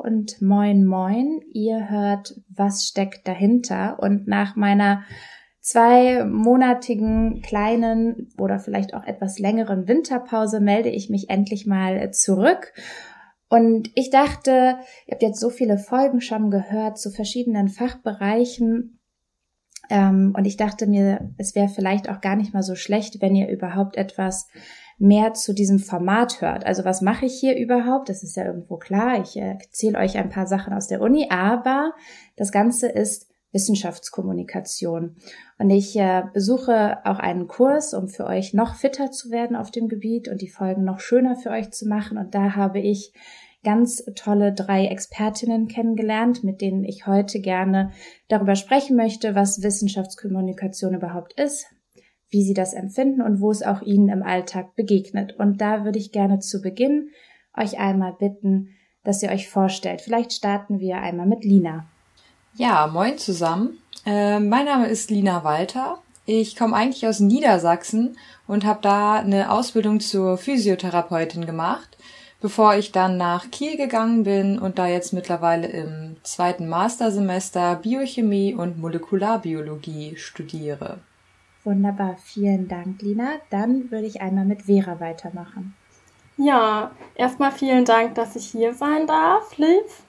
und moin moin. Ihr hört Was steckt dahinter? Und nach meiner 2-monatigen kleinen oder vielleicht auch etwas längeren Winterpause melde ich mich endlich mal zurück. Und ich dachte, ihr habt jetzt so viele Folgen schon gehört zu verschiedenen Fachbereichen. Und ich dachte mir, es wäre vielleicht auch gar nicht mal so schlecht, wenn ihr überhaupt etwas mehr zu diesem Format hört. Also was mache ich hier überhaupt? Das ist ja irgendwo klar. Ich erzähle euch ein paar Sachen aus der Uni, aber das Ganze ist Wissenschaftskommunikation. Und ich besuche auch einen Kurs, um für euch noch fitter zu werden auf dem Gebiet und die Folgen noch schöner für euch zu machen. Und da habe ich ganz tolle 3 Expertinnen kennengelernt, mit denen ich heute gerne darüber sprechen möchte, was Wissenschaftskommunikation überhaupt ist, wie sie das empfinden und wo es auch ihnen im Alltag begegnet. Und da würde ich gerne zu Beginn euch einmal bitten, dass ihr euch vorstellt. Vielleicht starten wir einmal mit Lina. Ja, moin zusammen. Mein Name ist Lina Walter. Ich komme eigentlich aus Niedersachsen und habe da eine Ausbildung zur Physiotherapeutin gemacht, bevor ich dann nach Kiel gegangen bin und da jetzt mittlerweile im 2. Mastersemester Biochemie und Molekularbiologie studiere. Wunderbar, vielen Dank, Lina. Dann würde ich einmal mit Vera weitermachen. Ja, erstmal vielen Dank, dass ich hier sein darf, Liv.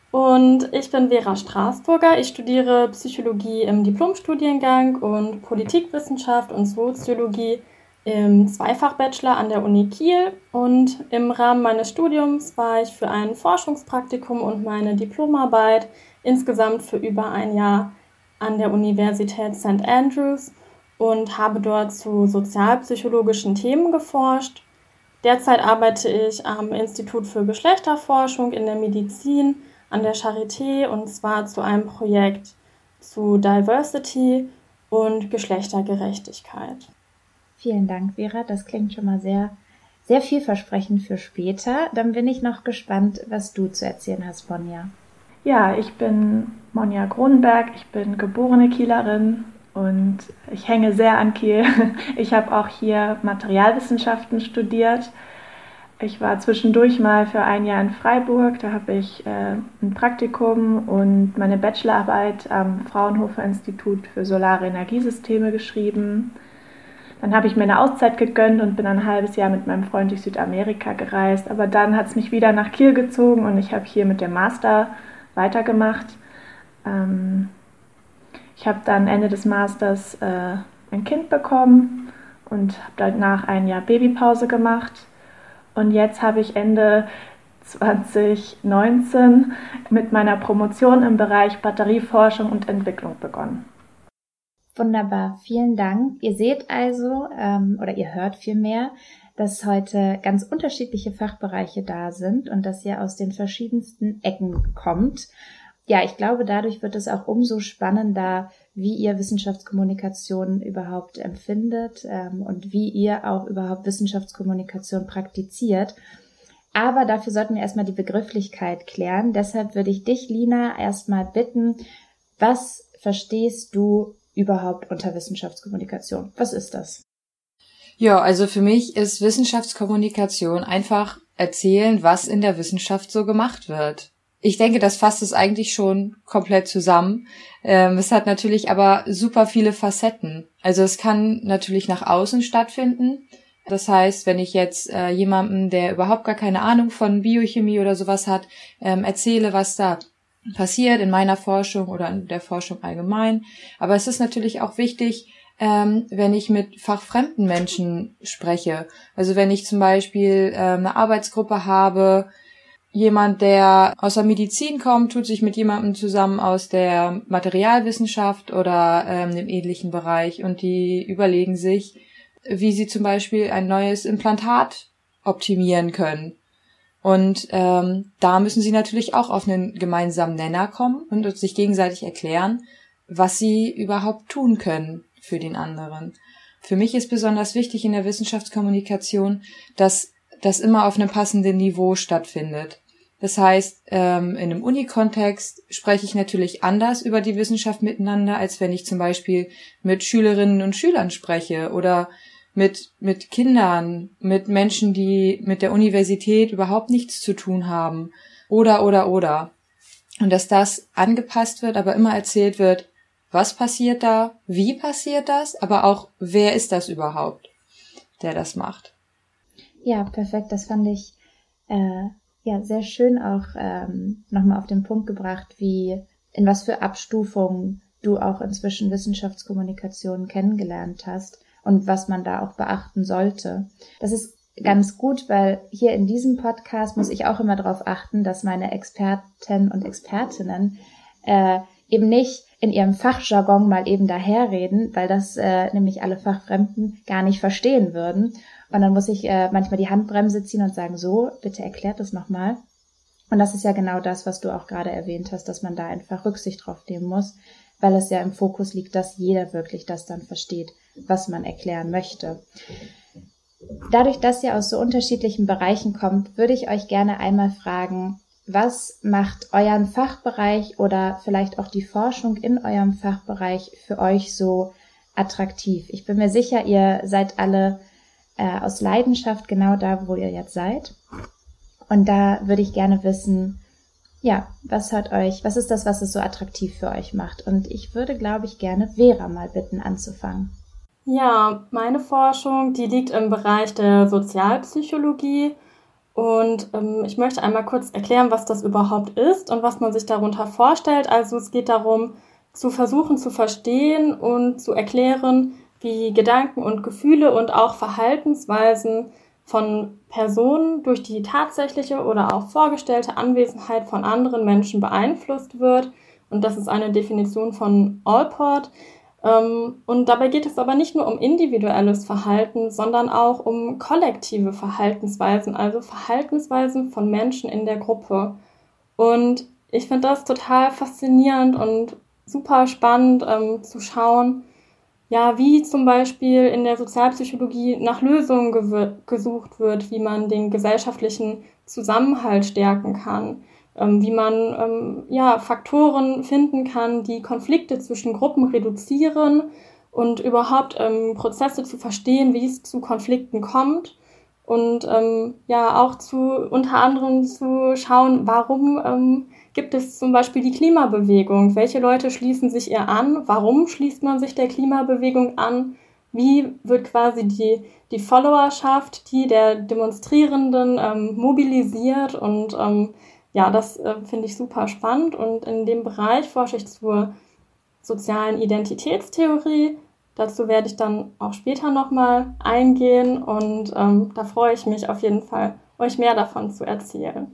Und ich bin Vera Straßburger. Ich studiere Psychologie im Diplomstudiengang und Politikwissenschaft und Soziologie im Zweifach-Bachelor an der Uni Kiel. Und im Rahmen meines Studiums war ich für ein Forschungspraktikum und meine Diplomarbeit insgesamt für über ein Jahr an der Universität St. Andrews und habe dort zu sozialpsychologischen Themen geforscht. Derzeit arbeite ich am Institut für Geschlechterforschung in der Medizin an der Charité und zwar zu einem Projekt zu Diversity und Geschlechtergerechtigkeit. Vielen Dank, Vera. Das klingt schon mal sehr, sehr vielversprechend für später. Dann bin ich noch gespannt, was du zu erzählen hast, Monja. Ja, ich bin Monja Cronenberg. Ich bin geborene Kielerin und ich hänge sehr an Kiel. Ich habe auch hier Materialwissenschaften studiert. Ich war zwischendurch mal für ein Jahr in Freiburg, da habe ich ein Praktikum und meine Bachelorarbeit am Fraunhofer Institut für Solare Energiesysteme geschrieben. Dann habe ich mir eine Auszeit gegönnt und bin ein halbes Jahr mit meinem Freund durch Südamerika gereist. Aber dann hat es mich wieder nach Kiel gezogen und ich habe hier mit dem Master weitergemacht. Ich habe dann Ende des Masters ein Kind bekommen und habe danach ein Jahr Babypause gemacht. Und jetzt habe ich Ende 2019 mit meiner Promotion im Bereich Batterieforschung und Entwicklung begonnen. Wunderbar, vielen Dank. Ihr seht also, oder ihr hört vielmehr, dass heute ganz unterschiedliche Fachbereiche da sind und dass ihr aus den verschiedensten Ecken kommt. Ja, ich glaube, dadurch wird es auch umso spannender, wie ihr Wissenschaftskommunikation überhaupt empfindet und wie ihr auch überhaupt Wissenschaftskommunikation praktiziert. Aber dafür sollten wir erstmal die Begrifflichkeit klären. Deshalb würde ich dich, Lina, erstmal bitten, was verstehst du überhaupt unter Wissenschaftskommunikation? Was ist das? Ja, also für mich ist Wissenschaftskommunikation einfach erzählen, was in der Wissenschaft so gemacht wird. Ich denke, das fasst es eigentlich schon komplett zusammen. Es hat natürlich aber super viele Facetten. Also es kann natürlich nach außen stattfinden. Das heißt, wenn ich jetzt jemandem, der überhaupt gar keine Ahnung von Biochemie oder sowas hat, erzähle, was da passiert in meiner Forschung oder in der Forschung allgemein. Aber es ist natürlich auch wichtig, wenn ich mit fachfremden Menschen spreche. Also wenn ich zum Beispiel eine Arbeitsgruppe habe, jemand, der aus der Medizin kommt, tut sich mit jemandem zusammen aus der Materialwissenschaft oder dem ähnlichen Bereich und die überlegen sich, wie sie zum Beispiel ein neues Implantat optimieren können. Und da müssen sie natürlich auch auf einen gemeinsamen Nenner kommen und sich gegenseitig erklären, was sie überhaupt tun können für den anderen. Für mich ist besonders wichtig in der Wissenschaftskommunikation, dass das immer auf einem passenden Niveau stattfindet. Das heißt, in einem Uni-Kontext spreche ich natürlich anders über die Wissenschaft miteinander, als wenn ich zum Beispiel mit Schülerinnen und Schülern spreche oder mit Kindern, mit Menschen, die mit der Universität überhaupt nichts zu tun haben. oder. Und dass das angepasst wird, aber immer erzählt wird, was passiert da, wie passiert das, aber auch, wer ist das überhaupt, der das macht. Ja, perfekt. Das fand ich sehr schön auch nochmal auf den Punkt gebracht, in was für Abstufungen du auch inzwischen Wissenschaftskommunikation kennengelernt hast und was man da auch beachten sollte. Das ist ganz gut, weil hier in diesem Podcast muss ich auch immer darauf achten, dass meine Experten und Expertinnen eben nicht in ihrem Fachjargon mal eben daherreden, weil das nämlich alle Fachfremden gar nicht verstehen würden. Und dann muss ich manchmal die Handbremse ziehen und sagen, so, bitte erklärt das nochmal. Und das ist ja genau das, was du auch gerade erwähnt hast, dass man da einfach Rücksicht drauf nehmen muss, weil es ja im Fokus liegt, dass jeder wirklich das dann versteht, was man erklären möchte. Dadurch, dass ihr aus so unterschiedlichen Bereichen kommt, würde ich euch gerne einmal fragen, was macht euren Fachbereich oder vielleicht auch die Forschung in eurem Fachbereich für euch so attraktiv? Ich bin mir sicher, ihr seid alle aus Leidenschaft genau da, wo ihr jetzt seid. Und da würde ich gerne wissen, ja, was ist das, was es so attraktiv für euch macht? Und ich würde, glaube ich, gerne Vera mal bitten, anzufangen. Ja, meine Forschung, die liegt im Bereich der Sozialpsychologie. Und ich möchte einmal kurz erklären, was das überhaupt ist und was man sich darunter vorstellt. Also es geht darum, zu versuchen zu verstehen und zu erklären, wie Gedanken und Gefühle und auch Verhaltensweisen von Personen durch die tatsächliche oder auch vorgestellte Anwesenheit von anderen Menschen beeinflusst wird. Und das ist eine Definition von Allport. Und dabei geht es aber nicht nur um individuelles Verhalten, sondern auch um kollektive Verhaltensweisen, also Verhaltensweisen von Menschen in der Gruppe. Und ich finde das total faszinierend und super spannend zu schauen, ja, wie zum Beispiel in der Sozialpsychologie nach Lösungen gesucht wird, wie man den gesellschaftlichen Zusammenhalt stärken kann, wie man Faktoren finden kann, die Konflikte zwischen Gruppen reduzieren und überhaupt Prozesse zu verstehen, wie es zu Konflikten kommt und auch unter anderem zu schauen, warum gibt es zum Beispiel die Klimabewegung? Welche Leute schließen sich ihr an? Warum schließt man sich der Klimabewegung an? Wie wird quasi die Followerschaft, die der Demonstrierenden mobilisiert? Und das finde ich super spannend. Und in dem Bereich forsche ich zur sozialen Identitätstheorie. Dazu werde ich dann auch später nochmal eingehen. Und da freue ich mich auf jeden Fall, euch mehr davon zu erzählen.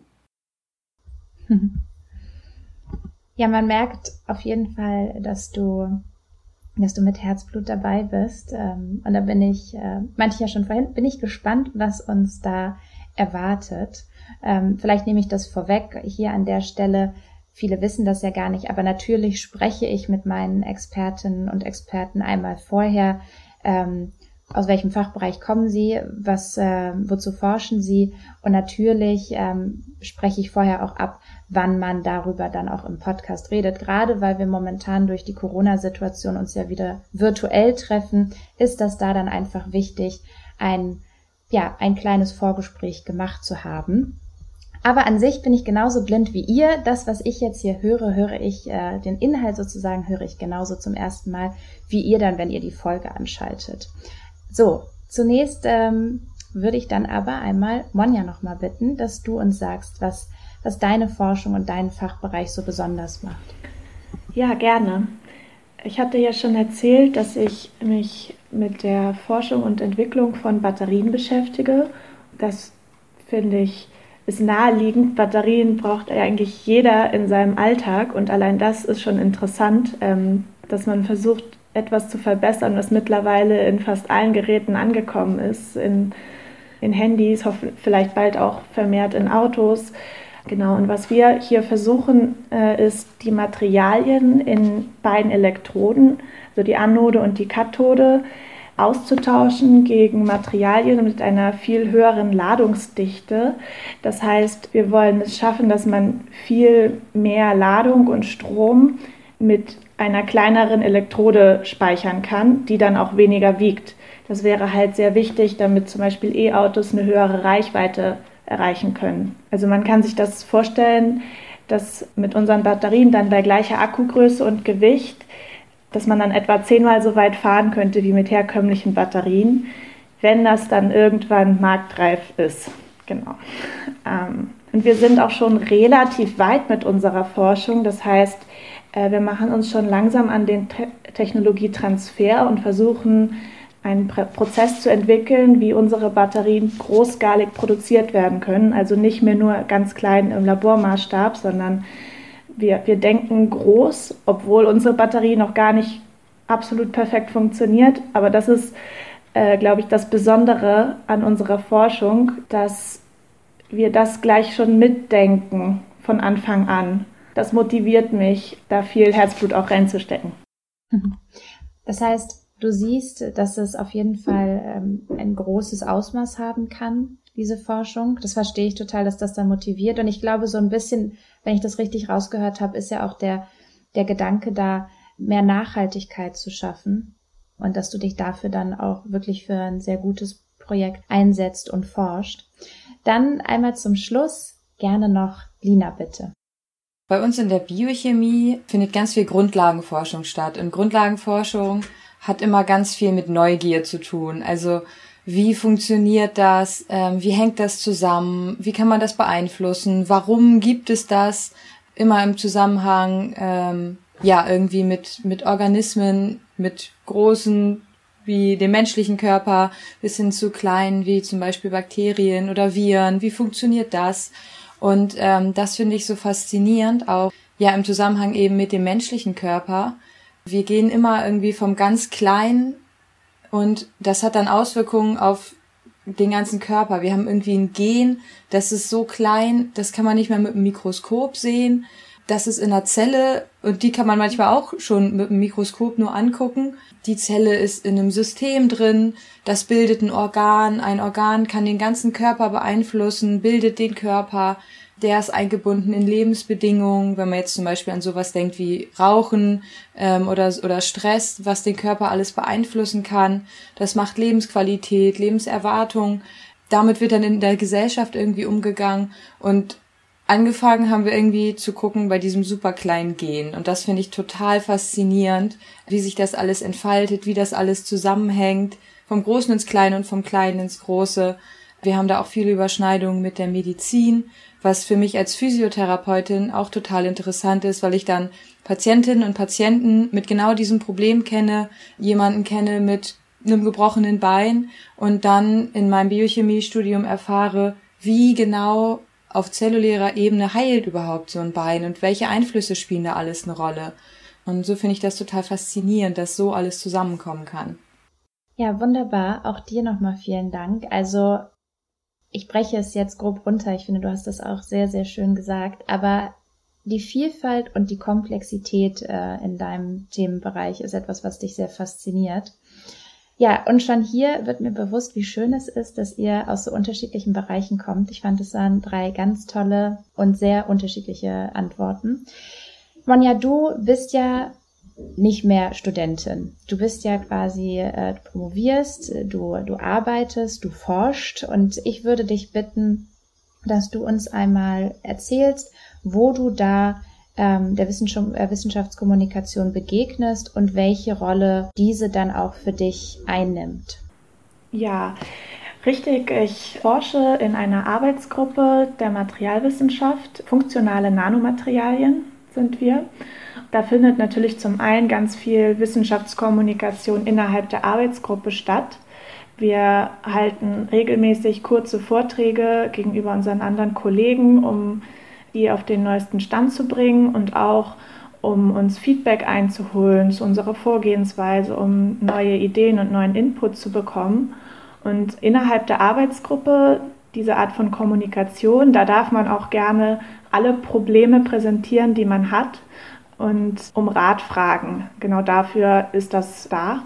Ja, man merkt auf jeden Fall, dass du mit Herzblut dabei bist. Und da bin ich, meinte ich ja schon vorhin, bin ich gespannt, was uns da erwartet. Vielleicht nehme ich das vorweg hier an der Stelle. Viele wissen das ja gar nicht, aber natürlich spreche ich mit meinen Expertinnen und Experten einmal vorher, aus welchem Fachbereich kommen sie, wozu forschen sie, und natürlich spreche ich vorher auch ab, wann man darüber dann auch im Podcast redet. Gerade weil wir momentan durch die Corona-Situation uns ja wieder virtuell treffen, ist das da dann einfach wichtig, ein kleines Vorgespräch gemacht zu haben. Aber an sich bin ich genauso blind wie ihr. Das, was ich jetzt hier höre ich, den Inhalt sozusagen höre ich genauso zum ersten Mal, wie ihr dann, wenn ihr die Folge anschaltet. So, zunächst würde ich dann aber einmal Monja nochmal bitten, dass du uns sagst, was deine Forschung und deinen Fachbereich so besonders macht. Ja, gerne. Ich hatte ja schon erzählt, dass ich mich mit der Forschung und Entwicklung von Batterien beschäftige. Das finde ich ist naheliegend. Batterien braucht eigentlich jeder in seinem Alltag und allein das ist schon interessant, dass man versucht, etwas zu verbessern, was mittlerweile in fast allen Geräten angekommen ist, in Handys, vielleicht bald auch vermehrt in Autos. Genau, und was wir hier versuchen, ist die Materialien in beiden Elektroden, also die Anode und die Kathode, auszutauschen gegen Materialien mit einer viel höheren Ladungsdichte. Das heißt, wir wollen es schaffen, dass man viel mehr Ladung und Strom mit einer kleineren Elektrode speichern kann, die dann auch weniger wiegt. Das wäre halt sehr wichtig, damit zum Beispiel E-Autos eine höhere Reichweite erreichen können. Also man kann sich das vorstellen, dass mit unseren Batterien dann bei gleicher Akkugröße und Gewicht, dass man dann etwa 10-mal so weit fahren könnte wie mit herkömmlichen Batterien, wenn das dann irgendwann marktreif ist. Genau. Und wir sind auch schon relativ weit mit unserer Forschung. Das heißt, wir machen uns schon langsam an den Technologietransfer und versuchen, einen Prozess zu entwickeln, wie unsere Batterien großskalig produziert werden können. Also nicht mehr nur ganz klein im Labormaßstab, sondern wir denken groß, obwohl unsere Batterie noch gar nicht absolut perfekt funktioniert. Aber das ist, glaube ich, das Besondere an unserer Forschung, dass wir das gleich schon mitdenken von Anfang an. Das motiviert mich, da viel Herzblut auch reinzustecken. Das heißt, du siehst, dass es auf jeden Fall ein großes Ausmaß haben kann, diese Forschung. Das verstehe ich total, dass das dann motiviert. Und ich glaube, so ein bisschen, wenn ich das richtig rausgehört habe, ist ja auch der Gedanke da, mehr Nachhaltigkeit zu schaffen und dass du dich dafür dann auch wirklich für ein sehr gutes Projekt einsetzt und forscht. Dann einmal zum Schluss gerne noch Lina, bitte. Bei uns in der Biochemie findet ganz viel Grundlagenforschung statt. Und Grundlagenforschung hat immer ganz viel mit Neugier zu tun. Also wie funktioniert das? Wie hängt das zusammen? Wie kann man das beeinflussen? Warum gibt es das? Immer im Zusammenhang irgendwie mit Organismen, mit großen wie dem menschlichen Körper bis hin zu kleinen wie zum Beispiel Bakterien oder Viren. Wie funktioniert das? Und das finde ich so faszinierend, auch ja im Zusammenhang eben mit dem menschlichen Körper. Wir gehen immer irgendwie vom ganz Kleinen und das hat dann Auswirkungen auf den ganzen Körper. Wir haben irgendwie ein Gen, das ist so klein, das kann man nicht mehr mit dem Mikroskop sehen. Das ist in der Zelle und die kann man manchmal auch schon mit dem Mikroskop nur angucken. Die Zelle ist in einem System drin, das bildet ein Organ kann den ganzen Körper beeinflussen, bildet den Körper. Der ist eingebunden in Lebensbedingungen, wenn man jetzt zum Beispiel an sowas denkt wie Rauchen oder Stress, was den Körper alles beeinflussen kann. Das macht Lebensqualität, Lebenserwartung. Damit wird dann in der Gesellschaft irgendwie umgegangen. Und angefangen haben wir irgendwie zu gucken bei diesem super kleinen Gen. Und das finde ich total faszinierend, wie sich das alles entfaltet, wie das alles zusammenhängt, vom Großen ins Kleine und vom Kleinen ins Große. Wir haben da auch viele Überschneidungen mit der Medizin, was für mich als Physiotherapeutin auch total interessant ist, weil ich dann Patientinnen und Patienten mit genau diesem Problem kenne, jemanden kenne mit einem gebrochenen Bein und dann in meinem Biochemiestudium erfahre, wie genau auf zellulärer Ebene heilt überhaupt so ein Bein und welche Einflüsse spielen da alles eine Rolle. Und so finde ich das total faszinierend, dass so alles zusammenkommen kann. Ja, wunderbar. Auch dir nochmal vielen Dank. Also ich breche es jetzt grob runter. Ich finde, du hast das auch sehr, sehr schön gesagt. Aber die Vielfalt und die Komplexität in deinem Themenbereich ist etwas, was dich sehr fasziniert. Ja, und schon hier wird mir bewusst, wie schön es ist, dass ihr aus so unterschiedlichen Bereichen kommt. Ich fand, es waren 3 ganz tolle und sehr unterschiedliche Antworten. Monja, du bist ja nicht mehr Studentin. Du bist ja quasi, du promovierst, du arbeitest, du forschst und ich würde dich bitten, dass du uns einmal erzählst, wo du da der Wissenschaftskommunikation begegnest und welche Rolle diese dann auch für dich einnimmt. Ja, richtig. Ich forsche in einer Arbeitsgruppe der Materialwissenschaft. Funktionale Nanomaterialien sind wir. Da findet natürlich zum einen ganz viel Wissenschaftskommunikation innerhalb der Arbeitsgruppe statt. Wir halten regelmäßig kurze Vorträge gegenüber unseren anderen Kollegen, um die auf den neuesten Stand zu bringen und auch um uns Feedback einzuholen zu unserer Vorgehensweise, um neue Ideen und neuen Input zu bekommen. Und innerhalb der Arbeitsgruppe, diese Art von Kommunikation, da darf man auch gerne alle Probleme präsentieren, die man hat und um Rat fragen. Genau dafür ist das da.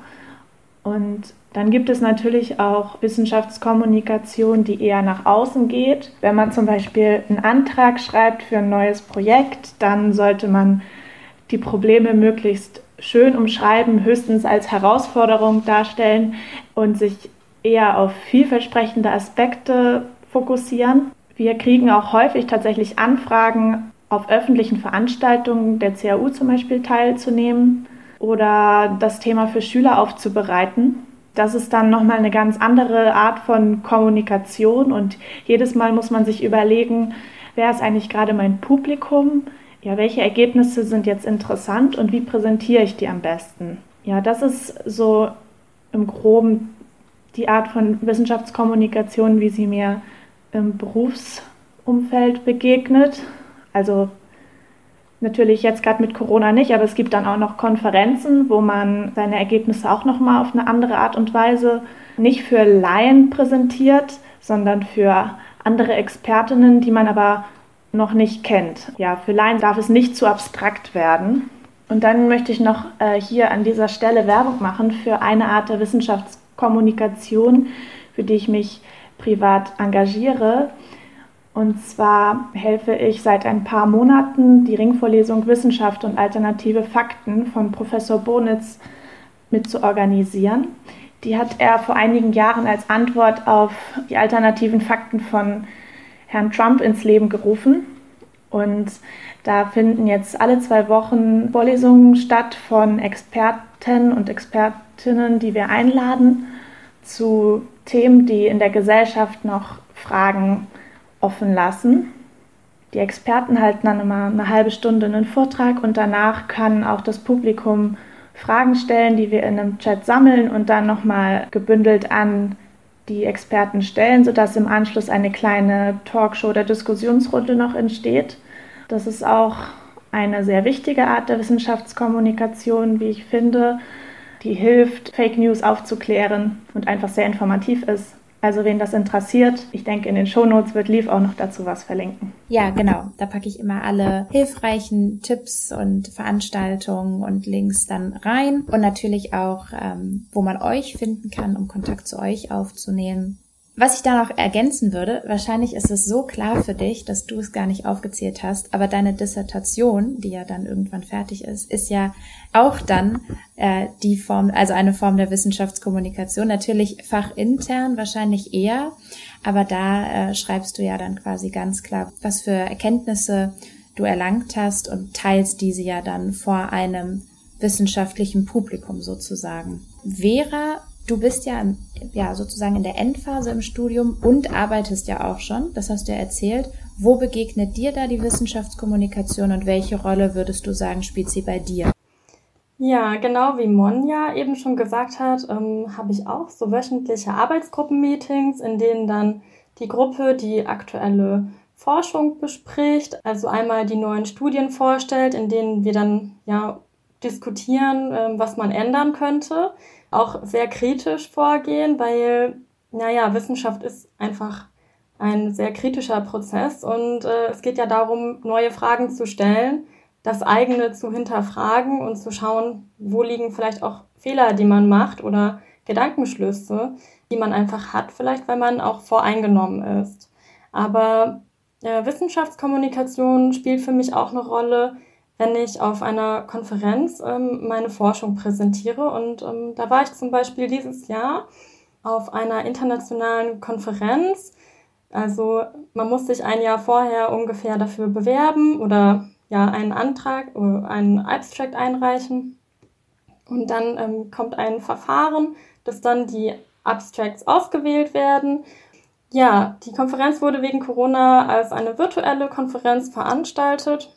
Und dann gibt es natürlich auch Wissenschaftskommunikation, die eher nach außen geht. Wenn man zum Beispiel einen Antrag schreibt für ein neues Projekt, dann sollte man die Probleme möglichst schön umschreiben, höchstens als Herausforderung darstellen und sich eher auf vielversprechende Aspekte fokussieren. Wir kriegen auch häufig tatsächlich Anfragen, auf öffentlichen Veranstaltungen der CAU zum Beispiel teilzunehmen oder das Thema für Schüler aufzubereiten. Das ist dann nochmal eine ganz andere Art von Kommunikation und jedes Mal muss man sich überlegen, wer ist eigentlich gerade mein Publikum? Ja, welche Ergebnisse sind jetzt interessant und wie präsentiere ich die am besten? Ja, das ist so im Groben die Art von Wissenschaftskommunikation, wie sie mir im Berufsumfeld begegnet. Also natürlich jetzt gerade mit Corona nicht, aber es gibt dann auch noch Konferenzen, wo man seine Ergebnisse auch nochmal auf eine andere Art und Weise nicht für Laien präsentiert, sondern für andere Expertinnen, die man aber noch nicht kennt. Ja, für Laien darf es nicht zu abstrakt werden. Und dann möchte ich noch hier an dieser Stelle Werbung machen für eine Art der Wissenschaftskommunikation, für die ich mich privat engagiere. Und zwar helfe ich seit ein paar Monaten, die Ringvorlesung Wissenschaft und alternative Fakten von Professor Bonitz mit zu organisieren. Die hat er vor einigen Jahren als Antwort auf die alternativen Fakten von Herrn Trump ins Leben gerufen. Und da finden jetzt alle 2 Wochen Vorlesungen statt von Experten und Expertinnen, die wir einladen, zu Themen, die in der Gesellschaft noch Fragen offen lassen. Die Experten halten dann immer eine halbe Stunde einen Vortrag und danach kann auch das Publikum Fragen stellen, die wir in einem Chat sammeln und dann nochmal gebündelt an die Experten stellen, sodass im Anschluss eine kleine Talkshow oder Diskussionsrunde noch entsteht. Das ist auch eine sehr wichtige Art der Wissenschaftskommunikation, wie ich finde, die hilft, Fake News aufzuklären und einfach sehr informativ ist. Also wen das interessiert, ich denke, in den Shownotes wird Liv auch noch dazu was verlinken. Ja, genau. Da packe ich immer alle hilfreichen Tipps und Veranstaltungen und Links dann rein. Und natürlich auch, wo man euch finden kann, um Kontakt zu euch aufzunehmen. Was ich da noch ergänzen würde, wahrscheinlich ist es so klar für dich, dass du es gar nicht aufgezählt hast, aber deine Dissertation, die ja dann irgendwann fertig ist ja auch dann die Form, also eine Form der Wissenschaftskommunikation, natürlich fachintern wahrscheinlich eher, aber da schreibst du ja dann quasi ganz klar, was für Erkenntnisse du erlangt hast und teilst diese ja dann vor einem wissenschaftlichen Publikum sozusagen. Vera, du bist ja sozusagen in der Endphase im Studium und arbeitest ja auch schon, das hast du ja erzählt. Wo begegnet dir da die Wissenschaftskommunikation und welche Rolle würdest du sagen, spielt sie bei dir? Ja, genau wie Monja eben schon gesagt hat, habe ich auch so wöchentliche Arbeitsgruppenmeetings, in denen dann die Gruppe die aktuelle Forschung bespricht, also einmal die neuen Studien vorstellt, in denen wir dann diskutieren, was man ändern könnte. Auch sehr kritisch vorgehen, weil, Wissenschaft ist einfach ein sehr kritischer Prozess und es geht ja darum, neue Fragen zu stellen, das eigene zu hinterfragen und zu schauen, wo liegen vielleicht auch Fehler, die man macht oder Gedankenschlüsse, die man einfach hat, vielleicht weil man auch voreingenommen ist. Aber Wissenschaftskommunikation spielt für mich auch eine Rolle, wenn ich auf einer Konferenz meine Forschung präsentiere. Und da war ich zum Beispiel dieses Jahr auf einer internationalen Konferenz. Also man muss sich ein Jahr vorher ungefähr dafür bewerben oder einen Antrag oder einen Abstract einreichen. Und dann kommt ein Verfahren, dass dann die Abstracts ausgewählt werden. Ja, die Konferenz wurde wegen Corona als eine virtuelle Konferenz veranstaltet.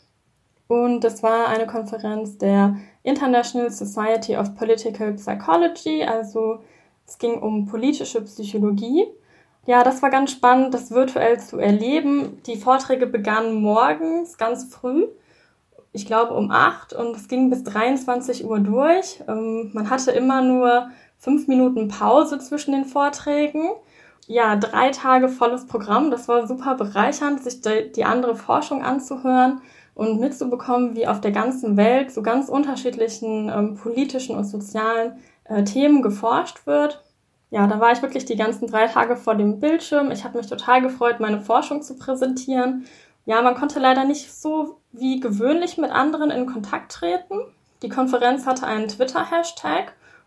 Und das war eine Konferenz der International Society of Political Psychology, also es ging um politische Psychologie. Ja, das war ganz spannend, das virtuell zu erleben. Die Vorträge begannen morgens ganz früh, ich glaube um 8 und es ging bis 23 Uhr durch. Man hatte immer nur 5 Minuten Pause zwischen den Vorträgen. Ja, 3 Tage volles Programm, das war super bereichernd, sich die andere Forschung anzuhören und mitzubekommen, wie auf der ganzen Welt zu ganz unterschiedlichen politischen und sozialen Themen geforscht wird. Ja, da war ich wirklich die ganzen 3 Tage vor dem Bildschirm. Ich habe mich total gefreut, meine Forschung zu präsentieren. Ja, man konnte leider nicht so wie gewöhnlich mit anderen in Kontakt treten. Die Konferenz hatte einen Twitter-Hashtag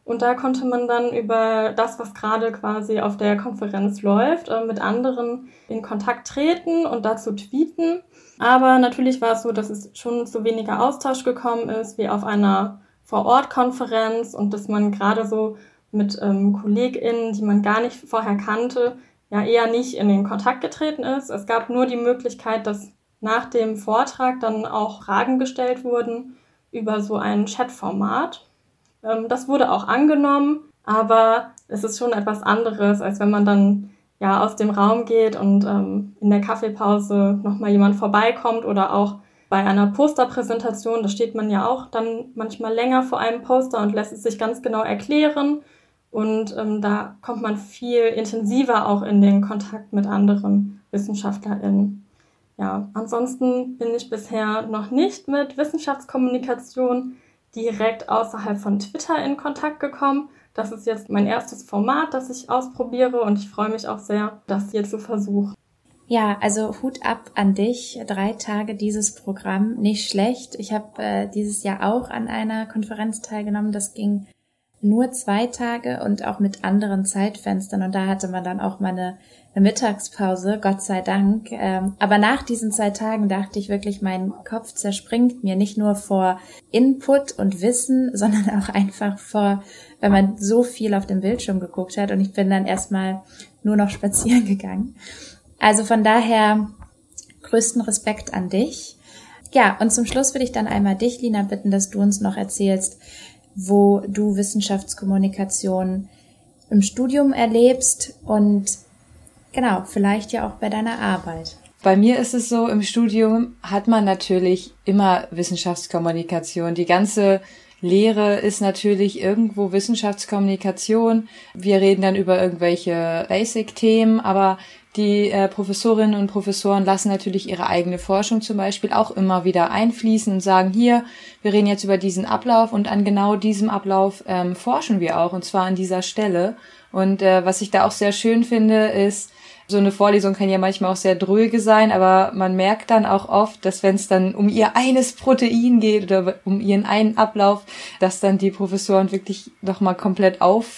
Und da konnte man dann über das, was gerade quasi auf der Konferenz läuft, mit anderen in Kontakt treten und dazu tweeten. Aber natürlich war es so, dass es schon zu weniger Austausch gekommen ist, wie auf einer Vor-Ort-Konferenz, und dass man gerade so mit KollegInnen, die man gar nicht vorher kannte, ja eher nicht in den Kontakt getreten ist. Es gab nur die Möglichkeit, dass nach dem Vortrag dann auch Fragen gestellt wurden über so ein Chatformat. Das wurde auch angenommen, aber es ist schon etwas anderes, als wenn man dann ja aus dem Raum geht und in der Kaffeepause nochmal jemand vorbeikommt oder auch bei einer Posterpräsentation, da steht man ja auch dann manchmal länger vor einem Poster und lässt es sich ganz genau erklären, und da kommt man viel intensiver auch in den Kontakt mit anderen WissenschaftlerInnen. Ja, ansonsten bin ich bisher noch nicht mit Wissenschaftskommunikation direkt außerhalb von Twitter in Kontakt gekommen. Das ist jetzt mein erstes Format, das ich ausprobiere, und ich freue mich auch sehr, das hier zu versuchen. Ja, also Hut ab an dich. 3 Tage dieses Programm, nicht schlecht. Ich habe dieses Jahr auch an einer Konferenz teilgenommen. Das ging nur 2 Tage und auch mit anderen Zeitfenstern. Und da hatte man dann auch mal eine Mittagspause, Gott sei Dank. Aber nach diesen 2 Tagen dachte ich wirklich, mein Kopf zerspringt mir nicht nur vor Input und Wissen, sondern auch einfach vor, wenn man so viel auf dem Bildschirm geguckt hat. Und ich bin dann erstmal nur noch spazieren gegangen. Also von daher größten Respekt an dich. Ja, und zum Schluss würde ich dann einmal dich, Lina, bitten, dass du uns noch erzählst, wo du Wissenschaftskommunikation im Studium erlebst und genau, vielleicht ja auch bei deiner Arbeit. Bei mir ist es so, im Studium hat man natürlich immer Wissenschaftskommunikation. Die ganze Lehre ist natürlich irgendwo Wissenschaftskommunikation. Wir reden dann über irgendwelche Basic-Themen, aber die Professorinnen und Professoren lassen natürlich ihre eigene Forschung zum Beispiel auch immer wieder einfließen und sagen, hier, wir reden jetzt über diesen Ablauf, und an genau diesem Ablauf forschen wir auch, und zwar an dieser Stelle. Und was ich da auch sehr schön finde, ist, so eine Vorlesung kann ja manchmal auch sehr dröge sein, aber man merkt dann auch oft, dass wenn es dann um ihr eines Protein geht oder um ihren einen Ablauf, dass dann die Professoren wirklich nochmal komplett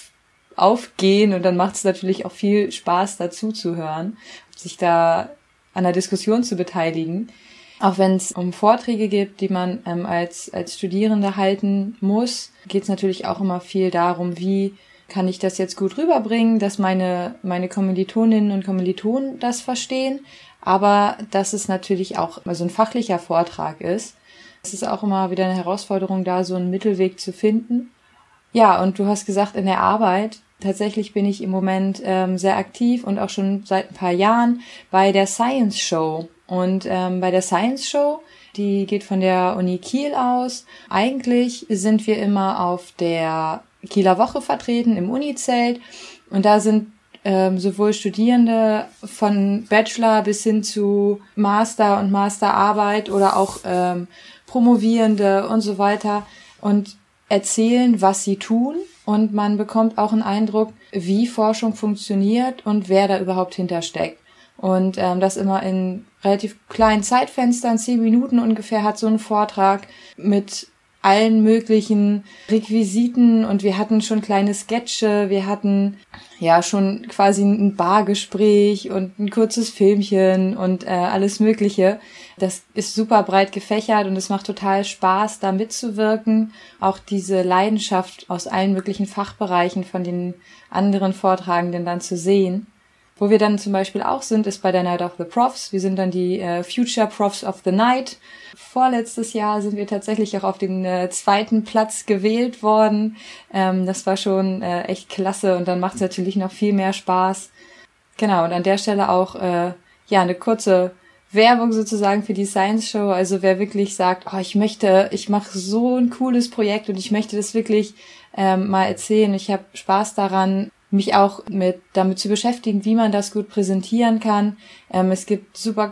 aufgehen, und dann macht es natürlich auch viel Spaß, dazu zu hören, sich da an der Diskussion zu beteiligen. Auch wenn es um Vorträge geht, die man als Studierende halten muss, geht es natürlich auch immer viel darum, wie kann ich das jetzt gut rüberbringen, dass meine Kommilitoninnen und Kommilitonen das verstehen, aber dass es natürlich auch so ein fachlicher Vortrag ist. Es ist auch immer wieder eine Herausforderung, da so einen Mittelweg zu finden. Ja, und du hast gesagt, in der Arbeit, tatsächlich bin ich im Moment sehr aktiv und auch schon seit ein paar Jahren bei der Science Show. Und bei der Science Show, die geht von der Uni Kiel aus. Eigentlich sind wir immer auf der Kieler Woche vertreten im Unizelt, und da sind sowohl Studierende von Bachelor bis hin zu Master und Masterarbeit oder auch Promovierende und so weiter und erzählen, was sie tun, und man bekommt auch einen Eindruck, wie Forschung funktioniert und wer da überhaupt hintersteckt. Und das immer in relativ kleinen Zeitfenstern, 10 Minuten ungefähr, hat so ein Vortrag mit allen möglichen Requisiten, und wir hatten schon kleine Sketche, wir hatten ja schon quasi ein Bargespräch und ein kurzes Filmchen und alles Mögliche. Das ist super breit gefächert und es macht total Spaß, da mitzuwirken. Auch diese Leidenschaft aus allen möglichen Fachbereichen von den anderen Vortragenden dann zu sehen. Wo wir dann zum Beispiel auch sind, ist bei der Night of the Profs. Wir sind dann die Future Profs of the Night. Vorletztes Jahr sind wir tatsächlich auch auf den 2. Platz gewählt worden. Das war schon echt klasse, und dann macht es natürlich noch viel mehr Spaß. Genau, und an der Stelle auch eine kurze Werbung sozusagen für die Science Show. Also wer wirklich sagt, oh, ich mache so ein cooles Projekt und ich möchte das wirklich mal erzählen. Ich habe Spaß daran, mich auch damit zu beschäftigen, wie man das gut präsentieren kann. Es gibt super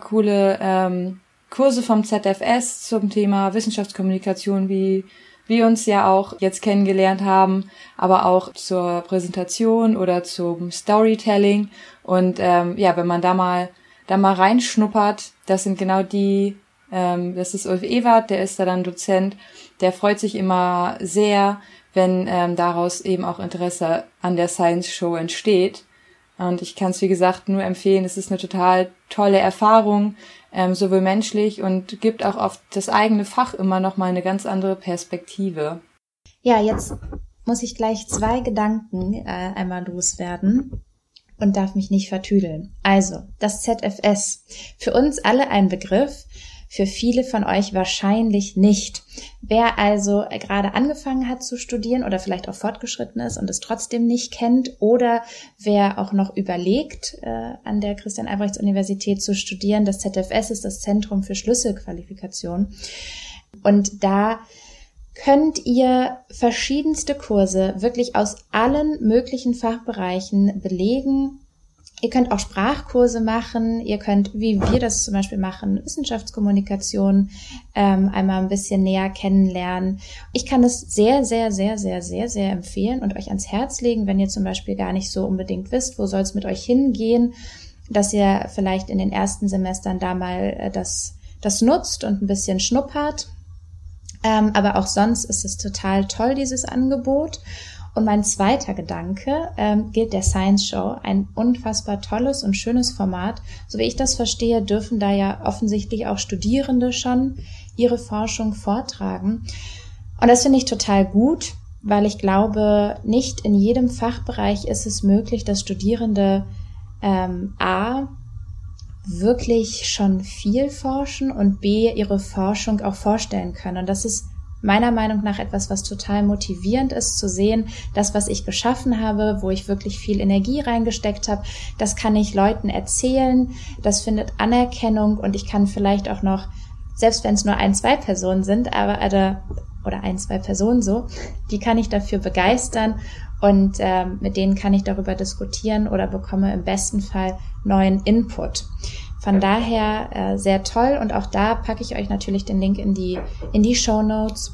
coole Kurse vom ZFS zum Thema Wissenschaftskommunikation, wie wir uns ja auch jetzt kennengelernt haben, aber auch zur Präsentation oder zum Storytelling. Und wenn man da mal reinschnuppert, das sind genau die, das ist Ulf Ewert, der ist da dann Dozent, der freut sich immer sehr, wenn daraus eben auch Interesse an der Science Show entsteht. Und ich kann es, wie gesagt, nur empfehlen. Es ist eine total tolle Erfahrung, sowohl menschlich, und gibt auch auf das eigene Fach immer noch mal eine ganz andere Perspektive. Ja, jetzt muss ich gleich 2 Gedanken einmal loswerden und darf mich nicht vertüdeln. Also, das ZFS. Für uns alle ein Begriff, für viele von euch wahrscheinlich nicht. Wer also gerade angefangen hat zu studieren oder vielleicht auch fortgeschritten ist und es trotzdem nicht kennt, oder wer auch noch überlegt, an der Christian-Albrechts-Universität zu studieren, das ZFS ist das Zentrum für Schlüsselqualifikation. Und da könnt ihr verschiedenste Kurse wirklich aus allen möglichen Fachbereichen belegen. Ihr könnt auch Sprachkurse machen, ihr könnt, wie wir das zum Beispiel machen, Wissenschaftskommunikation einmal ein bisschen näher kennenlernen. Ich kann es sehr, sehr, sehr, sehr, sehr, sehr empfehlen und euch ans Herz legen, wenn ihr zum Beispiel gar nicht so unbedingt wisst, wo soll es mit euch hingehen, dass ihr vielleicht in den ersten Semestern da mal das nutzt und ein bisschen schnuppert. Aber auch sonst ist es total toll, dieses Angebot. Und mein zweiter Gedanke gilt der Science Show, ein unfassbar tolles und schönes Format. So wie ich das verstehe, dürfen da ja offensichtlich auch Studierende schon ihre Forschung vortragen. Und das finde ich total gut, weil ich glaube, nicht in jedem Fachbereich ist es möglich, dass Studierende A, wirklich schon viel forschen und B, ihre Forschung auch vorstellen können. Und das ist meiner Meinung nach etwas, was total motivierend ist, zu sehen, das, was ich geschaffen habe, wo ich wirklich viel Energie reingesteckt habe, das kann ich Leuten erzählen, das findet Anerkennung, und ich kann vielleicht auch noch, selbst wenn es nur 1-2 Personen sind, oder 1-2 Personen so, die kann ich dafür begeistern, und mit denen kann ich darüber diskutieren oder bekomme im besten Fall neuen Input. Von daher sehr toll, und auch da packe ich euch natürlich den Link in die Shownotes.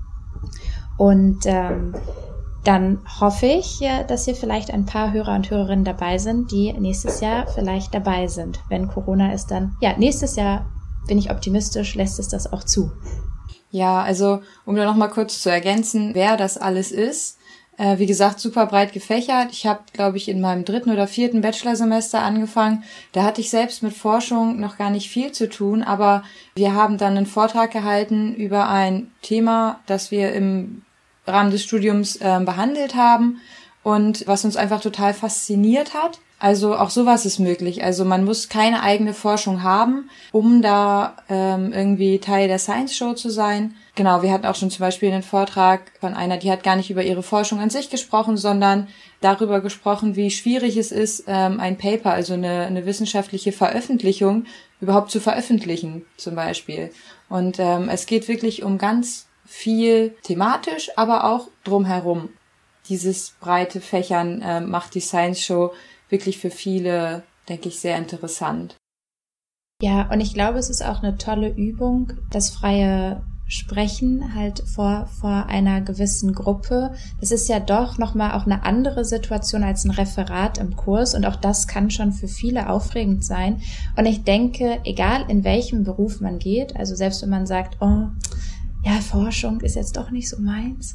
Und dann hoffe ich, dass hier vielleicht ein paar Hörer und Hörerinnen dabei sind, die nächstes Jahr vielleicht dabei sind. Wenn Corona ist, dann, ja, nächstes Jahr bin ich optimistisch, lässt es das auch zu. Ja, also um da noch mal kurz zu ergänzen, wer das alles ist. Wie gesagt, super breit gefächert. Ich habe, glaube ich, in meinem 3. oder 4. Bachelorsemester angefangen. Da hatte ich selbst mit Forschung noch gar nicht viel zu tun, aber wir haben dann einen Vortrag gehalten über ein Thema, das wir im Rahmen des Studiums behandelt haben und was uns einfach total fasziniert hat. Also auch sowas ist möglich. Also man muss keine eigene Forschung haben, um da irgendwie Teil der Science Show zu sein. Genau, wir hatten auch schon zum Beispiel einen Vortrag von einer, die hat gar nicht über ihre Forschung an sich gesprochen, sondern darüber gesprochen, wie schwierig es ist, ein Paper, also eine wissenschaftliche Veröffentlichung, überhaupt zu veröffentlichen zum Beispiel. Und es geht wirklich um ganz viel thematisch, aber auch drumherum. Dieses breite Fächern macht die Science Show wirklich für viele, denke ich, sehr interessant. Ja, und ich glaube, es ist auch eine tolle Übung, das freie Sprechen halt vor einer gewissen Gruppe. Das ist ja doch nochmal auch eine andere Situation als ein Referat im Kurs, und auch das kann schon für viele aufregend sein. Und ich denke, egal in welchem Beruf man geht, also selbst wenn man sagt, oh, ja, Forschung ist jetzt doch nicht so meins,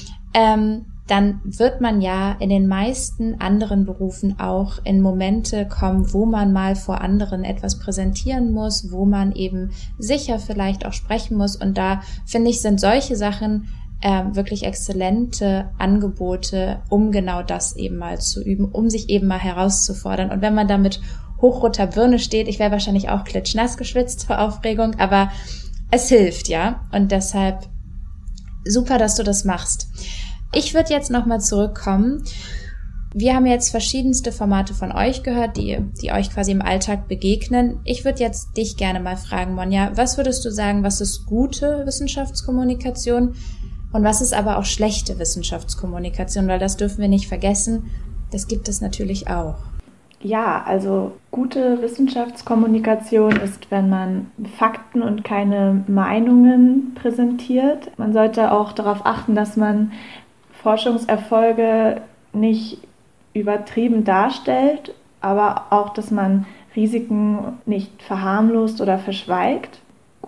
dann wird man ja in den meisten anderen Berufen auch in Momente kommen, wo man mal vor anderen etwas präsentieren muss, wo man eben sicher vielleicht auch sprechen muss. Und da, finde ich, sind solche Sachen wirklich exzellente Angebote, um genau das eben mal zu üben, um sich eben mal herauszufordern. Und wenn man da mit hochroter Birne steht, ich wäre wahrscheinlich auch klitschnass geschwitzt vor Aufregung, aber es hilft, ja. Und deshalb super, dass du das machst. Ich würde jetzt nochmal zurückkommen. Wir haben jetzt verschiedenste Formate von euch gehört, die euch quasi im Alltag begegnen. Ich würde jetzt dich gerne mal fragen, Monja, was würdest du sagen, was ist gute Wissenschaftskommunikation und was ist aber auch schlechte Wissenschaftskommunikation? Weil das dürfen wir nicht vergessen, das gibt es natürlich auch. Ja, also gute Wissenschaftskommunikation ist, wenn man Fakten und keine Meinungen präsentiert. Man sollte auch darauf achten, dass man Forschungserfolge nicht übertrieben darstellt, aber auch, dass man Risiken nicht verharmlost oder verschweigt.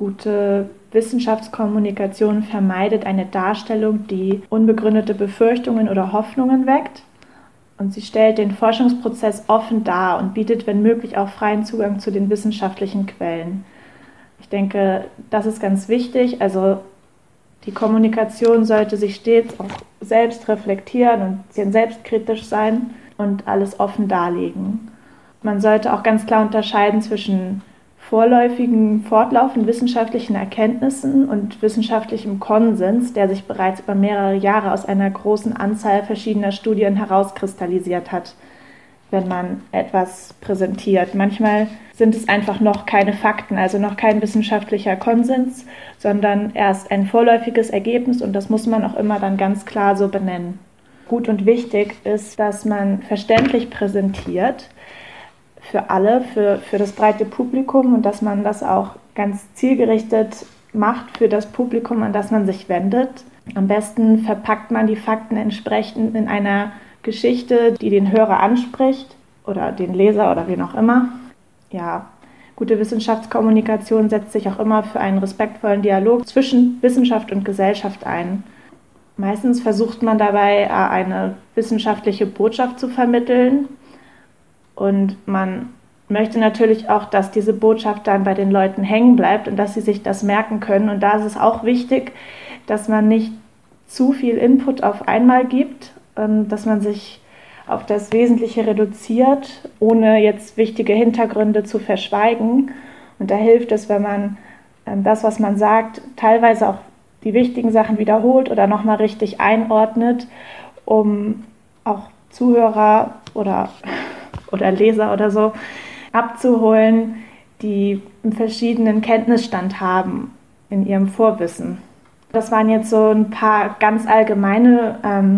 Gute Wissenschaftskommunikation vermeidet eine Darstellung, die unbegründete Befürchtungen oder Hoffnungen weckt. Und sie stellt den Forschungsprozess offen dar und bietet, wenn möglich, auch freien Zugang zu den wissenschaftlichen Quellen. Ich denke, das ist ganz wichtig. Also die Kommunikation sollte sich stets auch selbst reflektieren und selbstkritisch sein und alles offen darlegen. Man sollte auch ganz klar unterscheiden zwischen vorläufigen, fortlaufenden wissenschaftlichen Erkenntnissen und wissenschaftlichem Konsens, der sich bereits über mehrere Jahre aus einer großen Anzahl verschiedener Studien herauskristallisiert hat, wenn man etwas präsentiert. Manchmal sind es einfach noch keine Fakten, also noch kein wissenschaftlicher Konsens, sondern erst ein vorläufiges Ergebnis und das muss man auch immer dann ganz klar so benennen. Gut und wichtig ist, dass man verständlich präsentiert, für alle, für das breite Publikum und dass man das auch ganz zielgerichtet macht für das Publikum, an das man sich wendet. Am besten verpackt man die Fakten entsprechend in einer Geschichte, die den Hörer anspricht oder den Leser oder wen auch immer. Ja, gute Wissenschaftskommunikation setzt sich auch immer für einen respektvollen Dialog zwischen Wissenschaft und Gesellschaft ein. Meistens versucht man dabei, eine wissenschaftliche Botschaft zu vermitteln. Und man möchte natürlich auch, dass diese Botschaft dann bei den Leuten hängen bleibt und dass sie sich das merken können. Und da ist es auch wichtig, dass man nicht zu viel Input auf einmal gibt, dass man sich auf das Wesentliche reduziert, ohne jetzt wichtige Hintergründe zu verschweigen. Und da hilft es, wenn man das, was man sagt, teilweise auch die wichtigen Sachen wiederholt oder nochmal richtig einordnet, um auch Zuhörer oder Leser oder so abzuholen, die einen verschiedenen Kenntnisstand haben in ihrem Vorwissen. Das waren jetzt so ein paar ganz allgemeine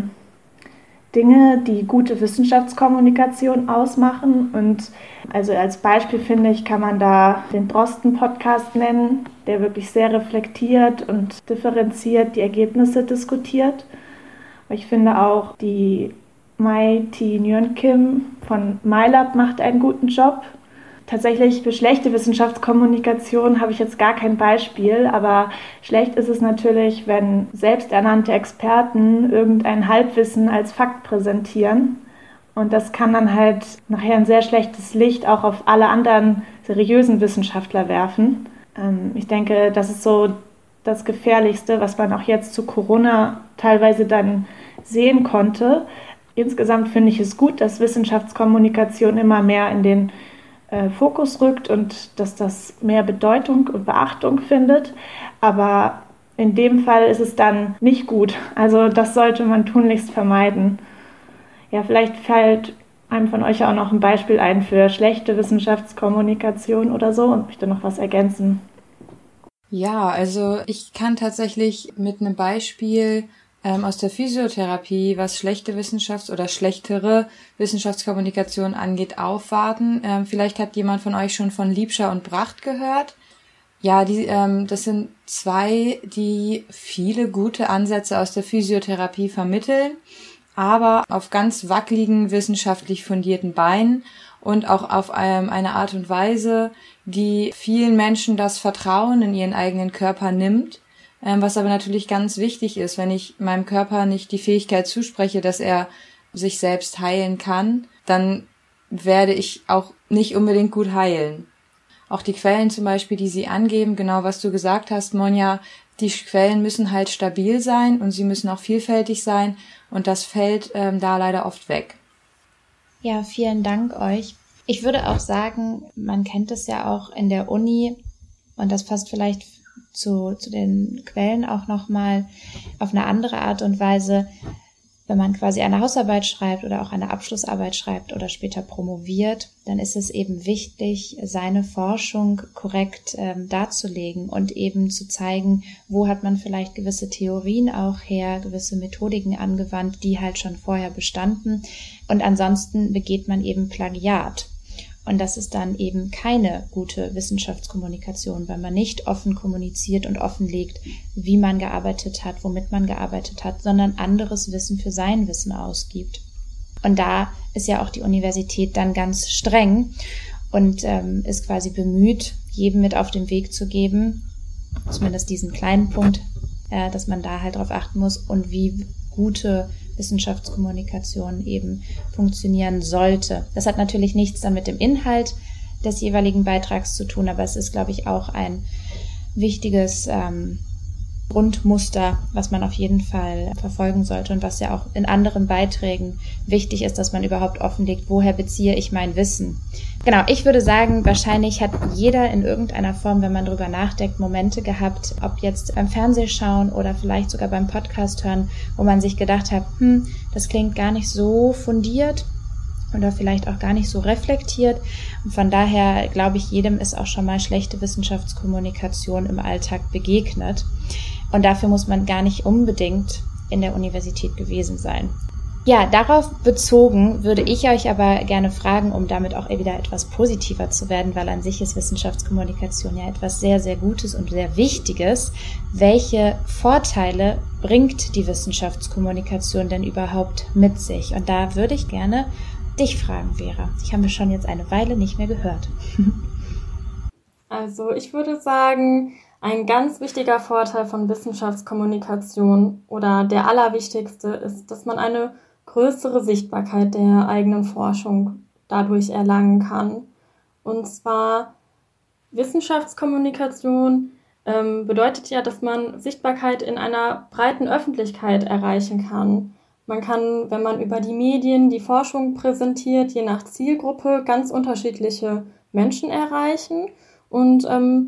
Dinge, die gute Wissenschaftskommunikation ausmachen. Und also als Beispiel, finde ich, kann man da den Drosten-Podcast nennen, der wirklich sehr reflektiert und differenziert die Ergebnisse diskutiert. Ich finde auch die Mai T. Nguyen Kim von MyLab macht einen guten Job. Tatsächlich für schlechte Wissenschaftskommunikation habe ich jetzt gar kein Beispiel, aber schlecht ist es natürlich, wenn selbsternannte Experten irgendein Halbwissen als Fakt präsentieren. Und das kann dann halt nachher ein sehr schlechtes Licht auch auf alle anderen seriösen Wissenschaftler werfen. Ich denke, das ist so das Gefährlichste, was man auch jetzt zu Corona teilweise dann sehen konnte. Insgesamt finde ich es gut, dass Wissenschaftskommunikation immer mehr in den Fokus rückt und dass das mehr Bedeutung und Beachtung findet. Aber in dem Fall ist es dann nicht gut. Also das sollte man tunlichst vermeiden. Ja, vielleicht fällt einem von euch auch noch ein Beispiel ein für schlechte Wissenschaftskommunikation oder so und möchte noch was ergänzen. Ja, also ich kann tatsächlich mit einem Beispiel aus der Physiotherapie, was schlechte oder schlechtere Wissenschaftskommunikation angeht, aufwarten. Vielleicht hat jemand von euch schon von Liebscher und Bracht gehört. Ja, das sind zwei, die viele gute Ansätze aus der Physiotherapie vermitteln, aber auf ganz wackeligen, wissenschaftlich fundierten Beinen und auch auf eine Art und Weise, die vielen Menschen das Vertrauen in ihren eigenen Körper nimmt. Was aber natürlich ganz wichtig ist, wenn ich meinem Körper nicht die Fähigkeit zuspreche, dass er sich selbst heilen kann, dann werde ich auch nicht unbedingt gut heilen. Auch die Quellen zum Beispiel, die sie angeben, genau was du gesagt hast, Monja, die Quellen müssen halt stabil sein und sie müssen auch vielfältig sein und das fällt da leider oft weg. Ja, vielen Dank euch. Ich würde auch sagen, man kennt es ja auch in der Uni und das passt vielleicht zu den Quellen auch nochmal auf eine andere Art und Weise, wenn man quasi eine Hausarbeit schreibt oder auch eine Abschlussarbeit schreibt oder später promoviert, dann ist es eben wichtig, seine Forschung korrekt darzulegen und eben zu zeigen, wo hat man vielleicht gewisse Theorien auch her, gewisse Methodiken angewandt, die halt schon vorher bestanden und ansonsten begeht man eben Plagiat. Und das ist dann eben keine gute Wissenschaftskommunikation, weil man nicht offen kommuniziert und offenlegt, wie man gearbeitet hat, womit man gearbeitet hat, sondern anderes Wissen für sein Wissen ausgibt. Und da ist ja auch die Universität dann ganz streng und ist quasi bemüht, jedem mit auf den Weg zu geben, zumindest diesen kleinen Punkt, dass man da halt drauf achten muss und wie gute Wissenschaftskommunikation eben funktionieren sollte. Das hat natürlich nichts dann mit dem Inhalt des jeweiligen Beitrags zu tun, aber es ist, glaube ich, auch ein wichtiges Grundmuster, was man auf jeden Fall verfolgen sollte und was ja auch in anderen Beiträgen wichtig ist, dass man überhaupt offenlegt, woher beziehe ich mein Wissen. Genau, ich würde sagen, wahrscheinlich hat jeder in irgendeiner Form, wenn man drüber nachdenkt, Momente gehabt, ob jetzt beim Fernsehschauen oder vielleicht sogar beim Podcast hören, wo man sich gedacht hat, das klingt gar nicht so fundiert oder vielleicht auch gar nicht so reflektiert. Und von daher glaube ich, jedem ist auch schon mal schlechte Wissenschaftskommunikation im Alltag begegnet. Und dafür muss man gar nicht unbedingt in der Universität gewesen sein. Ja, darauf bezogen würde ich euch aber gerne fragen, um damit auch wieder etwas positiver zu werden, weil an sich ist Wissenschaftskommunikation ja etwas sehr, sehr Gutes und sehr Wichtiges. Welche Vorteile bringt die Wissenschaftskommunikation denn überhaupt mit sich? Und da würde ich gerne dich fragen, Vera. Ich habe mich schon jetzt eine Weile nicht mehr gehört. Also ich würde sagen, ein ganz wichtiger Vorteil von Wissenschaftskommunikation oder der allerwichtigste ist, dass man eine größere Sichtbarkeit der eigenen Forschung dadurch erlangen kann. Und zwar Wissenschaftskommunikation bedeutet ja, dass man Sichtbarkeit in einer breiten Öffentlichkeit erreichen kann. Man kann, wenn man über die Medien die Forschung präsentiert, je nach Zielgruppe ganz unterschiedliche Menschen erreichen und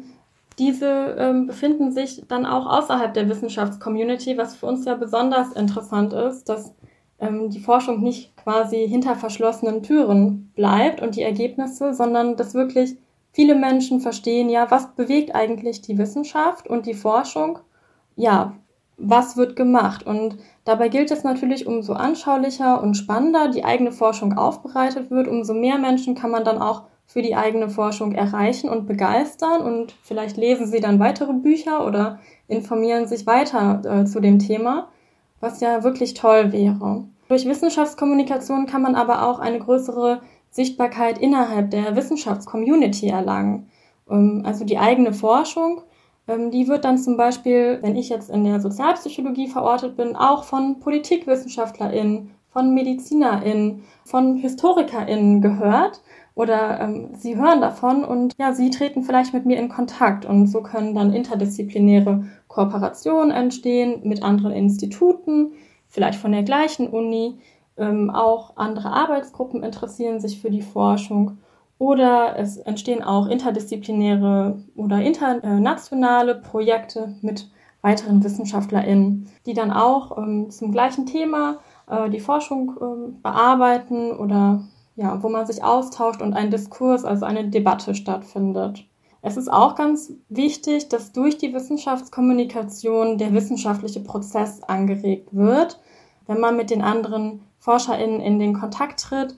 diese befinden sich dann auch außerhalb der Wissenschaftscommunity, was für uns ja besonders interessant ist, dass die Forschung nicht quasi hinter verschlossenen Türen bleibt und die Ergebnisse, sondern dass wirklich viele Menschen verstehen, ja, was bewegt eigentlich die Wissenschaft und die Forschung? Ja, was wird gemacht? Und dabei gilt es natürlich, umso anschaulicher und spannender die eigene Forschung aufbereitet wird, umso mehr Menschen kann man dann auch für die eigene Forschung erreichen und begeistern und vielleicht lesen sie dann weitere Bücher oder informieren sich weiter zu dem Thema, was ja wirklich toll wäre. Durch Wissenschaftskommunikation kann man aber auch eine größere Sichtbarkeit innerhalb der Wissenschaftscommunity erlangen. Also die eigene Forschung, die wird dann zum Beispiel, wenn ich jetzt in der Sozialpsychologie verortet bin, auch von PolitikwissenschaftlerInnen, von MedizinerInnen, von HistorikerInnen gehört. Oder sie hören davon und ja, sie treten vielleicht mit mir in Kontakt und so können dann interdisziplinäre Kooperationen entstehen mit anderen Instituten, vielleicht von der gleichen Uni, auch andere Arbeitsgruppen interessieren sich für die Forschung oder es entstehen auch interdisziplinäre oder internationale Projekte mit weiteren WissenschaftlerInnen, die dann auch zum gleichen Thema die Forschung bearbeiten oder ja, wo man sich austauscht und ein Diskurs, also eine Debatte stattfindet. Es ist auch ganz wichtig, dass durch die Wissenschaftskommunikation der wissenschaftliche Prozess angeregt wird. Wenn man mit den anderen ForscherInnen in den Kontakt tritt,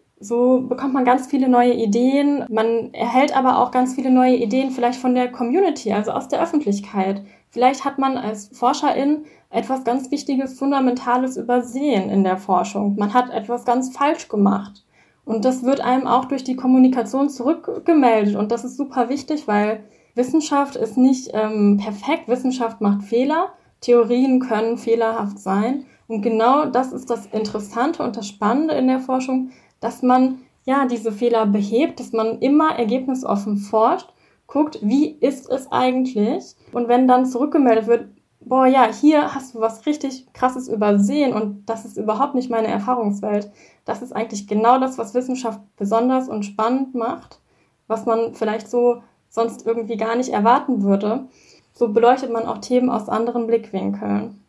so bekommt man ganz viele neue Ideen. Man erhält aber auch ganz viele neue Ideen vielleicht von der Community, also aus der Öffentlichkeit. Vielleicht hat man als ForscherIn etwas ganz Wichtiges, Fundamentales übersehen in der Forschung. Man hat etwas ganz falsch gemacht. Und das wird einem auch durch die Kommunikation zurückgemeldet. Und das ist super wichtig, weil Wissenschaft ist nicht perfekt. Wissenschaft macht Fehler. Theorien können fehlerhaft sein. Und genau das ist das Interessante und das Spannende in der Forschung, dass man ja diese Fehler behebt, dass man immer ergebnisoffen forscht, guckt, wie ist es eigentlich? Und wenn dann zurückgemeldet wird, boah, ja, hier hast du was richtig Krasses übersehen und das ist überhaupt nicht meine Erfahrungswelt. Das ist eigentlich genau das, was Wissenschaft besonders und spannend macht, was man vielleicht so sonst irgendwie gar nicht erwarten würde. So beleuchtet man auch Themen aus anderen Blickwinkeln.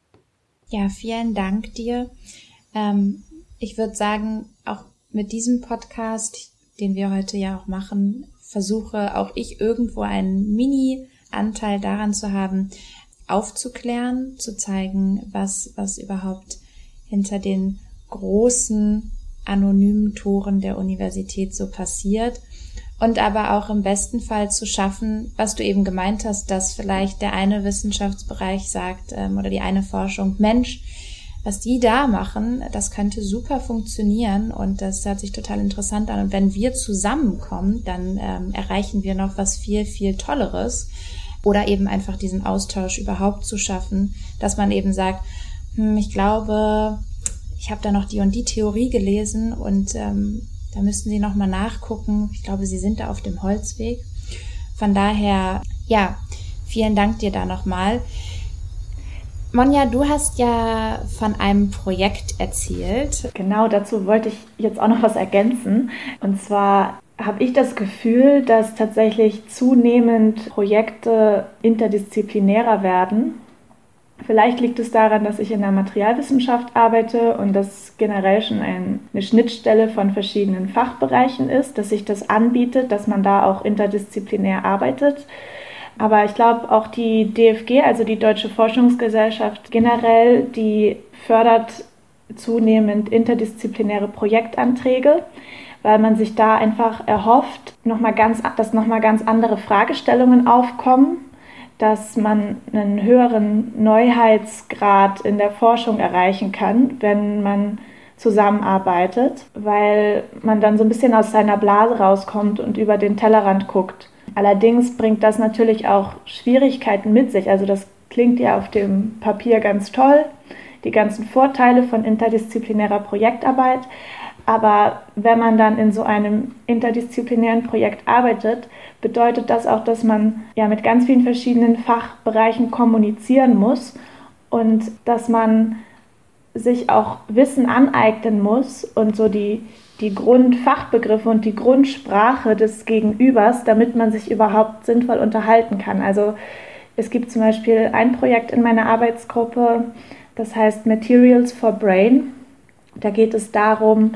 Ja, vielen Dank dir. Ich würde sagen, auch mit diesem Podcast, den wir heute ja auch machen, versuche auch ich irgendwo einen Mini-Anteil daran zu haben, aufzuklären, zu zeigen, was überhaupt hinter den großen anonymen Toren der Universität so passiert und aber auch im besten Fall zu schaffen, was du eben gemeint hast, dass vielleicht der eine Wissenschaftsbereich sagt oder die eine Forschung, Mensch, was die da machen, das könnte super funktionieren und das hört sich total interessant an und wenn wir zusammenkommen, dann erreichen wir noch was viel, viel Tolleres, oder eben einfach diesen Austausch überhaupt zu schaffen, dass man eben sagt, ich glaube, ich habe da noch die und die Theorie gelesen und da müssten Sie nochmal nachgucken. Ich glaube, Sie sind da auf dem Holzweg. Von daher, ja, vielen Dank dir da nochmal. Monja, du hast ja von einem Projekt erzählt. Genau, dazu wollte ich jetzt auch noch was ergänzen. Und zwar habe ich das Gefühl, dass tatsächlich zunehmend Projekte interdisziplinärer werden. Vielleicht liegt es daran, dass ich in der Materialwissenschaft arbeite und das generell schon eine Schnittstelle von verschiedenen Fachbereichen ist, dass sich das anbietet, dass man da auch interdisziplinär arbeitet. Aber ich glaube auch die DFG, also die Deutsche Forschungsgesellschaft generell, die fördert zunehmend interdisziplinäre Projektanträge, weil man sich da einfach erhofft, dass nochmal ganz andere Fragestellungen aufkommen, dass man einen höheren Neuheitsgrad in der Forschung erreichen kann, wenn man zusammenarbeitet, weil man dann so ein bisschen aus seiner Blase rauskommt und über den Tellerrand guckt. Allerdings bringt das natürlich auch Schwierigkeiten mit sich. Also das klingt ja auf dem Papier ganz toll, die ganzen Vorteile von interdisziplinärer Projektarbeit. Aber wenn man dann in so einem interdisziplinären Projekt arbeitet, bedeutet das auch, dass man ja mit ganz vielen verschiedenen Fachbereichen kommunizieren muss und dass man sich auch Wissen aneignen muss und so die Grundfachbegriffe und die Grundsprache des Gegenübers, damit man sich überhaupt sinnvoll unterhalten kann. Also es gibt zum Beispiel ein Projekt in meiner Arbeitsgruppe, das heißt Materials for Brain. Da geht es darum,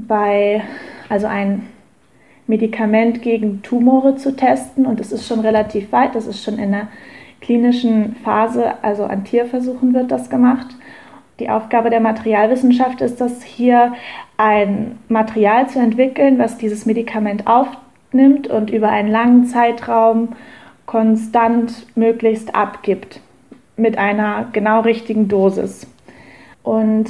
ein Medikament gegen Tumore zu testen und das ist schon relativ weit, das ist schon in der klinischen Phase, also an Tierversuchen wird das gemacht. Die Aufgabe der Materialwissenschaft ist es, hier ein Material zu entwickeln, was dieses Medikament aufnimmt und über einen langen Zeitraum konstant möglichst abgibt mit einer genau richtigen Dosis. Und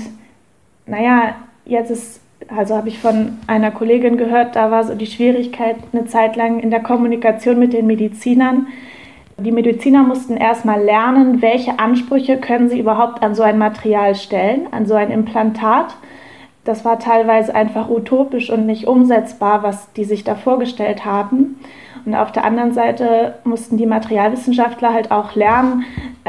habe ich von einer Kollegin gehört, da war so die Schwierigkeit eine Zeit lang in der Kommunikation mit den Medizinern. Die Mediziner mussten erstmal lernen, welche Ansprüche können sie überhaupt an so ein Material stellen, an so ein Implantat. Das war teilweise einfach utopisch und nicht umsetzbar, was die sich da vorgestellt haben. Und auf der anderen Seite mussten die Materialwissenschaftler halt auch lernen,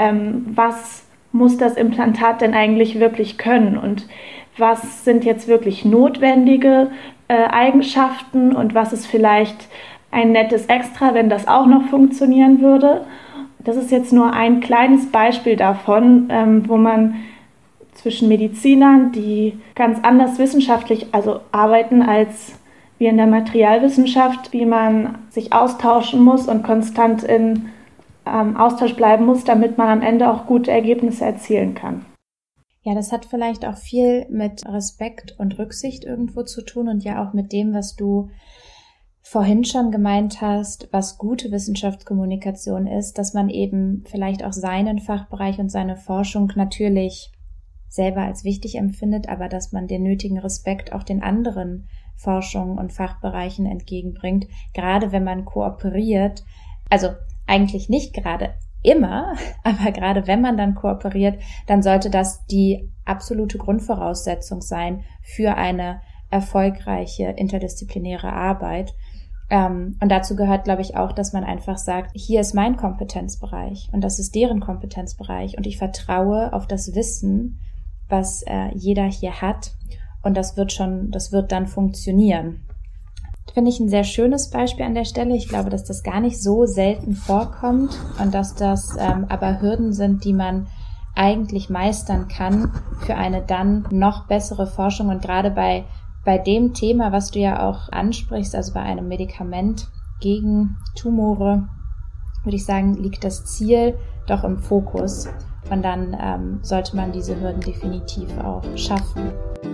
was muss das Implantat denn eigentlich wirklich können und was sind jetzt wirklich notwendige Eigenschaften und was ist vielleicht ein nettes Extra, wenn das auch noch funktionieren würde. Das ist jetzt nur ein kleines Beispiel davon, wo man zwischen Medizinern, die ganz anders wissenschaftlich arbeiten als wir in der Materialwissenschaft, wie man sich austauschen muss und konstant in Austausch bleiben muss, damit man am Ende auch gute Ergebnisse erzielen kann. Ja, das hat vielleicht auch viel mit Respekt und Rücksicht irgendwo zu tun und ja auch mit dem, was du vorhin schon gemeint hast, was gute Wissenschaftskommunikation ist, dass man eben vielleicht auch seinen Fachbereich und seine Forschung natürlich selber als wichtig empfindet, aber dass man den nötigen Respekt auch den anderen Forschungen und Fachbereichen entgegenbringt, gerade wenn man kooperiert, also eigentlich nicht gerade immer, aber gerade wenn man dann kooperiert, dann sollte das die absolute Grundvoraussetzung sein für eine erfolgreiche interdisziplinäre Arbeit. Und dazu gehört, glaube ich, auch, dass man einfach sagt, hier ist mein Kompetenzbereich und das ist deren Kompetenzbereich und ich vertraue auf das Wissen, was jeder hier hat und das wird dann funktionieren. Finde ich ein sehr schönes Beispiel an der Stelle. Ich glaube, dass das gar nicht so selten vorkommt und dass das aber Hürden sind, die man eigentlich meistern kann für eine dann noch bessere Forschung. Und gerade bei dem Thema, was du ja auch ansprichst, also bei einem Medikament gegen Tumore, würde ich sagen, liegt das Ziel doch im Fokus. Und dann sollte man diese Hürden definitiv auch schaffen.